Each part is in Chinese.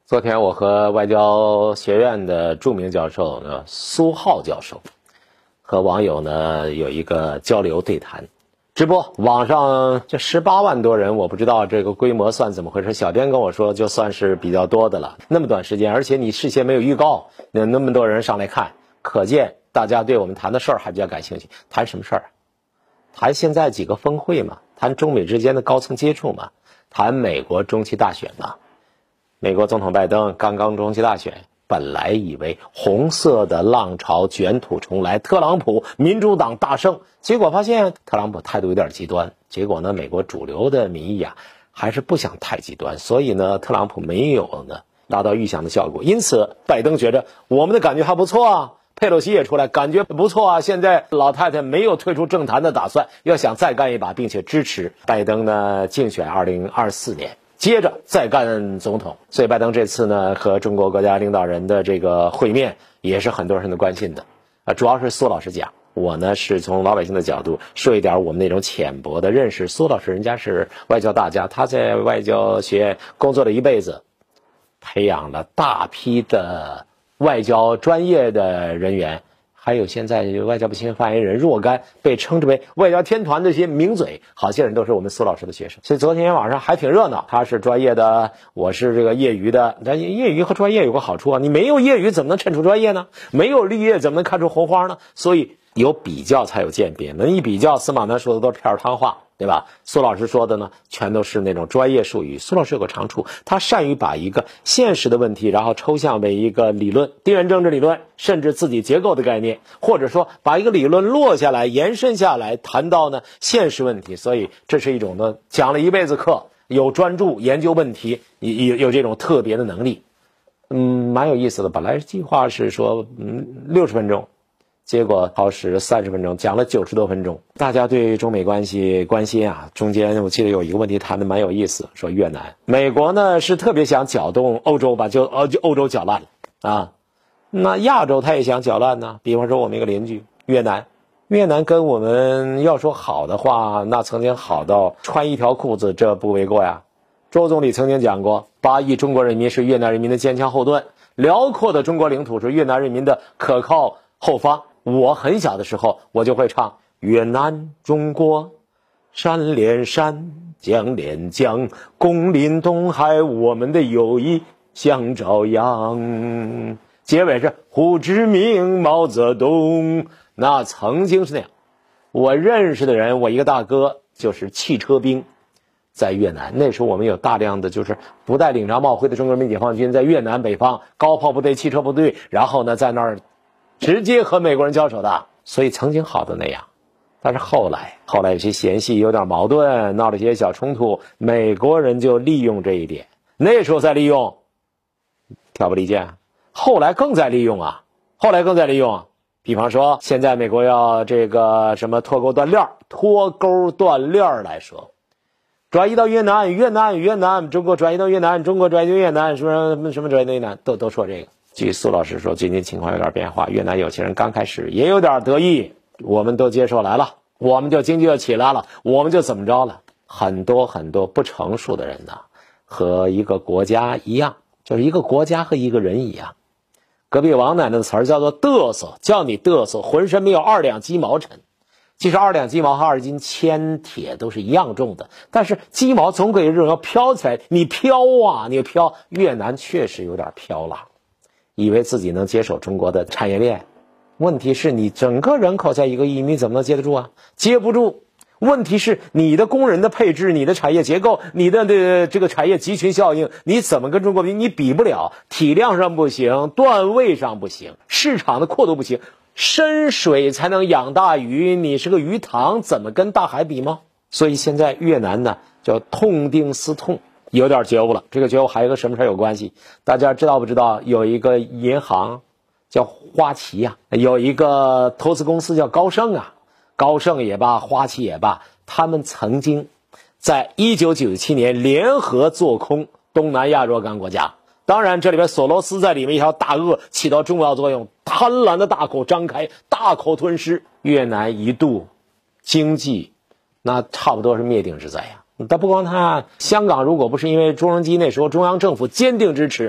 昨天我和外交学院的著名教授苏浩教授和网友有一个交流对谈直播，网上这18万多人，我不知道这个规模算怎么回事。小编跟我说就算是比较多的了，那么短时间，而且你事先没有预告，那么多人上来看，可见大家对我们谈的事儿还比较感兴趣。谈什么事儿？谈现在几个峰会嘛，谈中美之间的高层接触嘛，谈美国中期大选嘛。美国总统拜登刚刚中期大选，本来以为红色的浪潮卷土重来，特朗普民主党大胜，结果发现特朗普态度有点极端，结果美国主流的民意还是不想太极端，所以特朗普没有达到预想的效果。因此拜登觉着我们的感觉还不错啊，佩洛西也出来感觉不错啊，现在老太太没有退出政坛的打算，要想再干一把，并且支持拜登竞选2024年。接着再干总统，所以拜登这次和中国国家领导人的这个会面也是很多人的关心的主要是苏老师讲，我是从老百姓的角度说一点我们那种浅薄的认识。苏老师人家是外交大家，他在外交学院工作了一辈子，培养了大批的外交专业的人员，还有现在外交部新闻发言人若干被称之为外交天团的这些名嘴，好些人都是我们苏老师的学生，所以昨天晚上还挺热闹。他是专业的，我是这个业余的，但业余和专业有个好处啊，你没有业余怎么能衬出专业呢？没有绿叶怎么能看出红花呢？所以有比较才有鉴别，一比较，司马南说的都是片儿汤话，对吧？苏老师说的全都是那种专业术语。苏老师有个长处，他善于把一个现实的问题，然后抽象为一个理论，地缘政治理论，甚至自己结构的概念，或者说把一个理论落下来，延伸下来，谈到现实问题。所以这是一种讲了一辈子课，有专注研究问题，有这种特别的能力。蛮有意思的。本来计划是说60分钟。结果耗时30分钟，讲了90多分钟。大家对中美关系关心啊，中间我记得有一个问题谈的蛮有意思，说越南，美国是特别想搅动欧洲，把就欧洲搅烂了啊。那亚洲他也想搅烂呢，比方说我们一个邻居越南，越南跟我们要说好的话，那曾经好到穿一条裤子，这不为过呀。周总理曾经讲过，8亿中国人民是越南人民的坚强后盾，辽阔的中国领土是越南人民的可靠后方。我很小的时候我就会唱越南中国山连山江连江，共临东海，我们的友谊像朝阳。结尾是胡志明毛泽东，那曾经是那样。我认识的人，我一个大哥就是汽车兵，在越南那时候我们有大量的就是不带领章帽徽的中国人民解放军在越南北方高炮部队汽车部队，然后在那儿直接和美国人交手的，所以曾经好的那样。但是后来有些嫌隙，有点矛盾，闹了一些小冲突，美国人就利用这一点，那时候再利用挑拨离间，后来更在利用比方说现在美国要这个什么脱钩断链来说，转移到越南，中国转移到越南，中国转移到越南，什么转移到越南，都说这个。据苏老师说，最近情况有点变化，越南有些人刚开始也有点得意，我们都接受来了，我们就经济就起来了，我们就怎么着了。很多不成熟的人和一个国家一样，就是一个国家和一个人一样。隔壁王奶奶的词儿叫做嘚瑟，叫你嘚瑟，浑身没有2两鸡毛沉。其实2两鸡毛和2斤铅铁都是一样重的，但是鸡毛总归有这种要飘起来，你飘。越南确实有点飘了，以为自己能接手中国的产业链，问题是你整个人口才1个亿，你怎么能接得住啊？接不住。问题是你的工人的配置，你的产业结构，你的这个产业集群效应，你怎么跟中国比？你比不了，体量上不行，段位上不行，市场的阔度不行，深水才能养大鱼，你是个鱼塘，怎么跟大海比吗？所以现在越南叫痛定思痛，有点觉悟了。这个觉悟还有一个什么事有关系？大家知道不知道？有一个银行叫花旗有一个投资公司叫高盛高盛也罢，花旗也罢，他们曾经在1997年联合做空东南亚若干国家。当然这里边索罗斯在里面一条大鳄起到重要作用，贪婪的大口张开，大口吞噬。越南一度经济那差不多是灭顶之灾但不光他，香港如果不是因为朱镕基那时候中央政府坚定支持，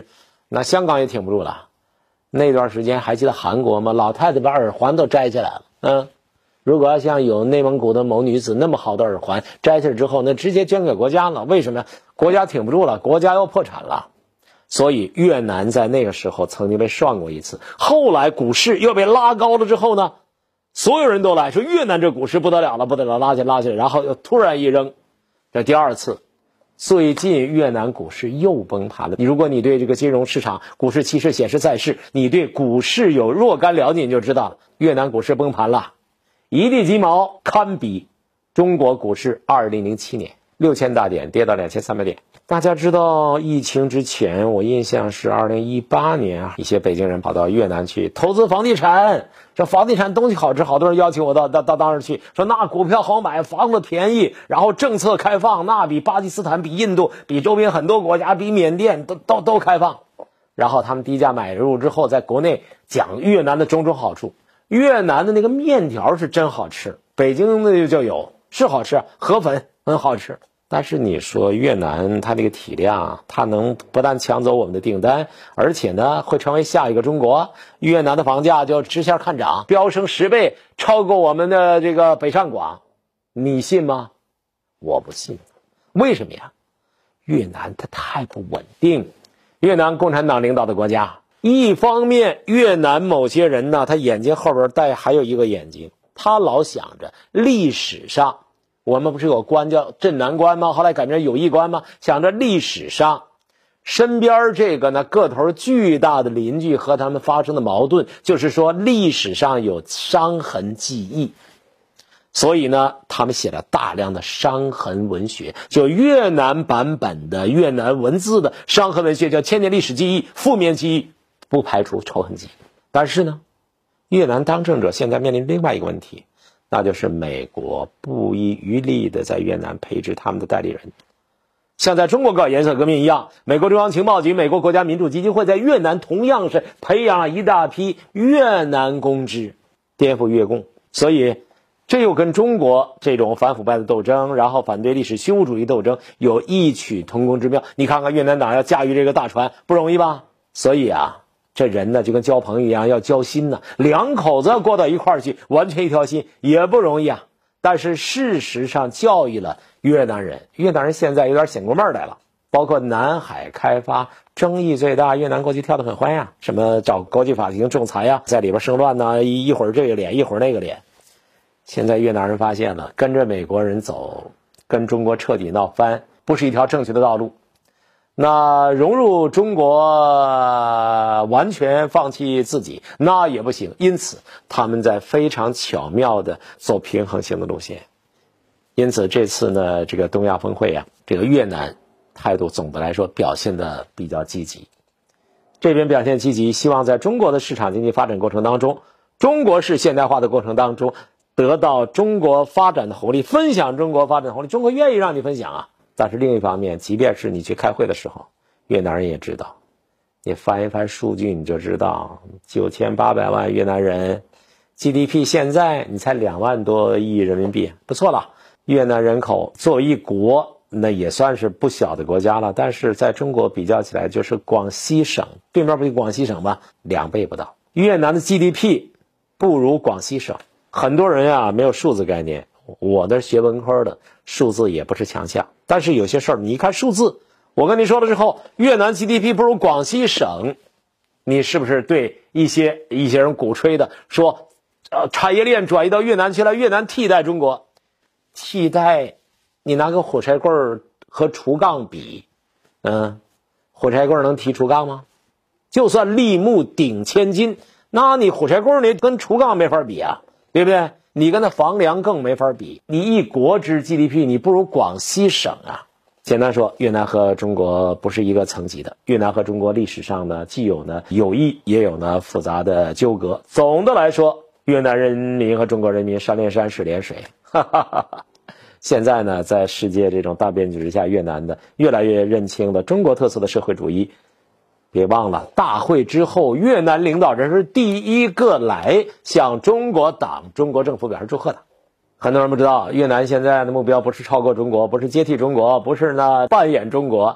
那香港也挺不住了。那段时间还记得韩国吗？老太太把耳环都摘下来了。如果要像有内蒙古的某女子那么好的耳环摘下来之后，那直接捐给国家了。为什么呀？国家挺不住了，国家要破产了。所以越南在那个时候曾经被涮过一次，后来股市又被拉高了之后呢，所有人都来说越南这股市不得了了，不得了，拉起来，然后又突然一扔，这第二次。最近越南股市又崩盘了。如果你对这个金融市场、股市、期市、显示赛事，你对股市有若干了解，你就知道了，越南股市崩盘了，一地鸡毛，堪比中国股市2007年6000大点跌到2300点。大家知道疫情之前，我印象是2018年一些北京人跑到越南去投资房地产，这房地产东西好吃，好多人邀请我到当时去，说那股票好买，房子便宜，然后政策开放，那比巴基斯坦、比印度、比周边很多国家、比缅甸都开放。然后他们低价买入之后，在国内讲越南的种种好处。越南的那个面条是真好吃，北京的就有，是好吃，河粉很好吃。但是你说越南它这个体量，它能不但抢走我们的订单，而且呢会成为下一个中国。越南的房价就直线看涨，飙升10倍，超过我们的这个北上广，你信吗？我不信。为什么呀？越南它太不稳定。越南共产党领导的国家，一方面越南某些人呢，他眼睛后边带还有一个眼睛，他老想着历史上我们不是有关叫镇南关吗？后来改成友谊关吗？想着历史上身边这个呢个头巨大的邻居和他们发生的矛盾，就是说历史上有伤痕记忆，所以呢他们写了大量的伤痕文学，就越南版本的越南文字的伤痕文学，叫千年历史记忆、负面记忆，不排除仇恨记忆。但是呢越南当政者现在面临另外一个问题，那就是美国不遗余力的在越南培植他们的代理人，像在中国搞颜色革命一样，美国中央情报局、美国国家民主基金会在越南同样是培养了一大批越南公知，颠覆越共。所以这又跟中国这种反腐败的斗争，然后反对历史虚无主义斗争有异曲同工之妙。你看看越南党要驾驭这个大船不容易吧？所以这人呢就跟交朋友一样，要交心呢，两口子要过到一块儿去，完全一条心也不容易但是事实上教育了越南人，越南人现在有点醒过味儿来了。包括南海开发争议最大，越南过去跳得很欢什么找国际法庭仲裁在里边生乱呢，一会儿这个脸一会儿那个脸。现在越南人发现了，跟着美国人走，跟中国彻底闹翻，不是一条正确的道路。那融入中国完全放弃自己那也不行，因此他们在非常巧妙的走平衡性的路线。因此这次呢这个东亚峰会这个越南态度总的来说表现的比较积极。这边表现积极，希望在中国的市场经济发展过程当中，中国式现代化的过程当中得到中国发展的红利，分享中国发展的红利，中国愿意让你分享但是另一方面，即便是你去开会的时候，越南人也知道，你翻一翻数据你就知道，9800万越南人 GDP 现在你才2万多亿人民币，不错了。越南人口作为一国那也算是不小的国家了，但是在中国比较起来就是广西省，对面不是广西省吗？2倍不到。越南的 GDP 不如广西省。很多人没有数字概念，我的学文科的，数字也不是强项，但是有些事儿你一看数字，我跟你说了之后，越南 GDP 不如广西省，你是不是对一些人鼓吹的说产业链转移到越南去了，越南替代中国？替代你拿个火柴棍和竹杠比，火柴棍能提竹杠吗？就算立木顶千金，那你火柴棍你跟竹杠没法比对不对？你跟那房梁更没法比，你一国之 GDP 你不如广西省简单说，越南和中国不是一个层级的，越南和中国历史上呢既有呢友谊，也有呢复杂的纠葛。总的来说，越南人民和中国人民山连山水连水，现在呢在世界这种大变局之下，越南的越来越认清了中国特色的社会主义。别忘了，大会之后，越南领导人是第一个来向中国党、中国政府表示祝贺的。很多人不知道，越南现在的目标不是超过中国，不是接替中国，不是呢扮演中国，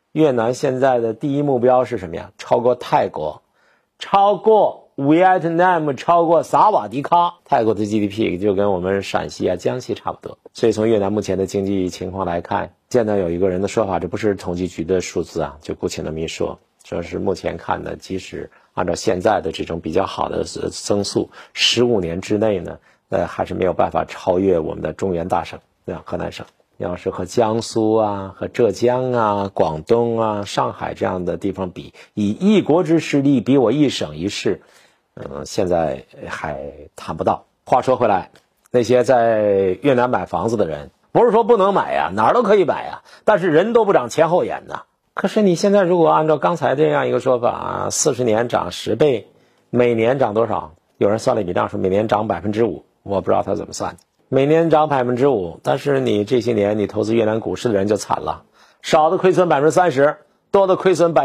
越南现在的第一目标是什么呀？超过泰国，超过Vietnam，超过萨瓦迪卡。泰国的 GDP 就跟我们陕西啊、江西差不多。所以从越南目前的经济情况来看，现在有一个人的说法，这不是统计局的数字啊，就姑且那么一说，说是目前看的，即使按照现在的这种比较好的增速，15年之内呢，还是没有办法超越我们的中原大省，对吧？河南省。要是和江苏啊、和浙江啊、广东啊、上海这样的地方比，以一国之实力比我一省一市，现在还谈不到。话说回来，那些在越南买房子的人，不是说不能买呀，哪儿都可以买呀，但是人都不长前后眼呐。可是你现在如果按照刚才这样一个说法，40年涨10倍，每年涨多少？有人算了一笔账说每年涨5%，我不知道他怎么算的。每年涨5%，但是你这些年你投资越南股市的人就惨了，少的亏损30%，多的亏损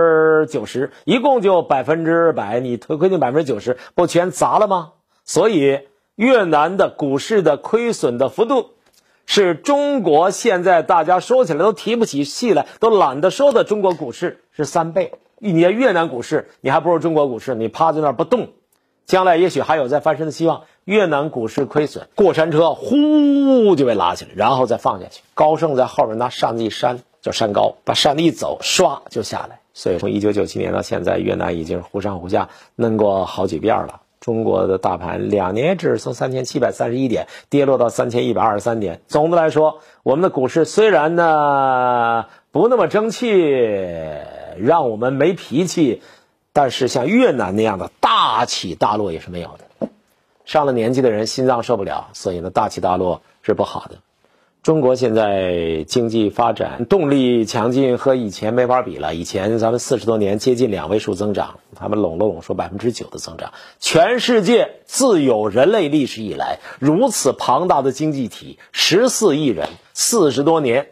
90%，一共就100%，你亏进90%，不全砸了吗？所以越南的股市的亏损的幅度，是中国现在大家说起来都提不起气来，都懒得说的中国股市是3倍。你越南股市，你还不如中国股市，你趴在那儿不动，将来也许还有再翻身的希望。越南股市亏损，过山车呼就被拉起来，然后再放下去。高盛在后面拿扇子一扇，叫山高，把扇子一走，唰就下来。所以从1997年到现在，越南已经忽上忽下弄过好几遍了。中国的大盘2年只是从3731点跌落到3123点。总的来说，我们的股市虽然呢不那么争气，让我们没脾气，但是像越南那样的大起大落也是没有的。上了年纪的人心脏受不了，所以呢大起大落是不好的。中国现在经济发展动力强劲，和以前没法比了。以前咱们40多年接近2位数增长，他们拢说9%的增长。全世界自有人类历史以来，如此庞大的经济体，14亿人，40多年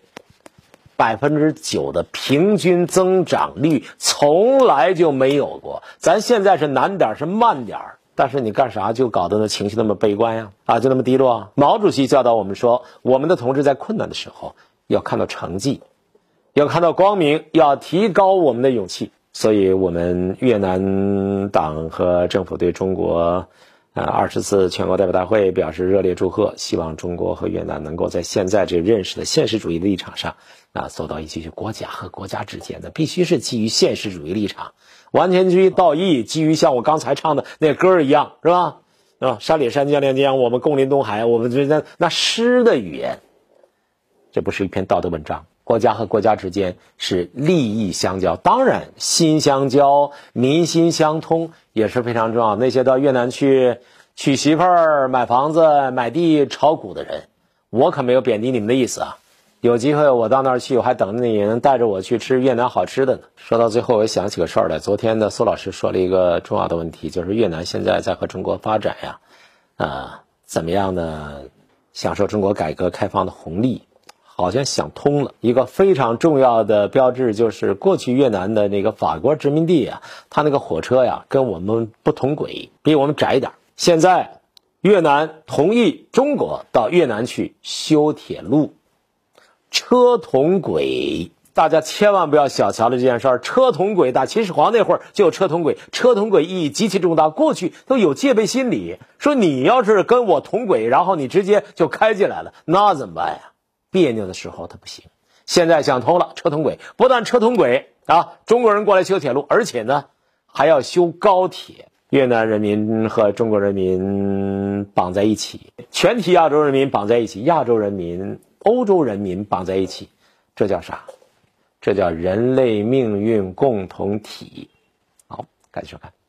9%的平均增长率从来就没有过。咱现在是难点是慢点，但是你干啥就搞得那情绪那么悲观呀？就那么低落啊？毛主席教导我们说，我们的同志在困难的时候要看到成绩，要看到光明，要提高我们的勇气。所以我们越南党和政府对中国20次全国代表大会表示热烈祝贺，希望中国和越南能够在现在这认识的现实主义的立场上走到一起。国家和国家之间的必须是基于现实主义立场，完全基于道义，基于像我刚才唱的那歌一样，是吧？山里山江连江，我们共临东海，我们那诗的语言，这不是一篇道德文章。国家和国家之间是利益相交，当然心相交、民心相通也是非常重要。那些到越南去娶媳妇儿、买房子、买地、炒股的人，我可没有贬低你们的意思啊。有机会我到那儿去，我还等着你能带着我去吃越南好吃的呢。说到最后，我想起个事儿来。昨天的苏老师说了一个重要的问题，就是越南现在在和中国发展呀，怎么样呢？享受中国改革开放的红利，好像想通了。一个非常重要的标志就是过去越南的那个法国殖民地它那个火车跟我们不同轨，比我们窄一点。现在越南同意中国到越南去修铁路。车同轨，大家千万不要小瞧了这件事儿。车同轨，打秦始皇那会儿就有车同轨，车同轨意义极其重大。过去都有戒备心理，说你要是跟我同轨，然后你直接就开进来了，那怎么办呀？别扭的时候它不行。现在想通了，车同轨，不但车同轨中国人过来修铁路，而且呢还要修高铁。越南人民和中国人民绑在一起，全体亚洲人民绑在一起，亚洲人民、欧洲人民绑在一起，这叫啥？这叫人类命运共同体。好，感谢收看。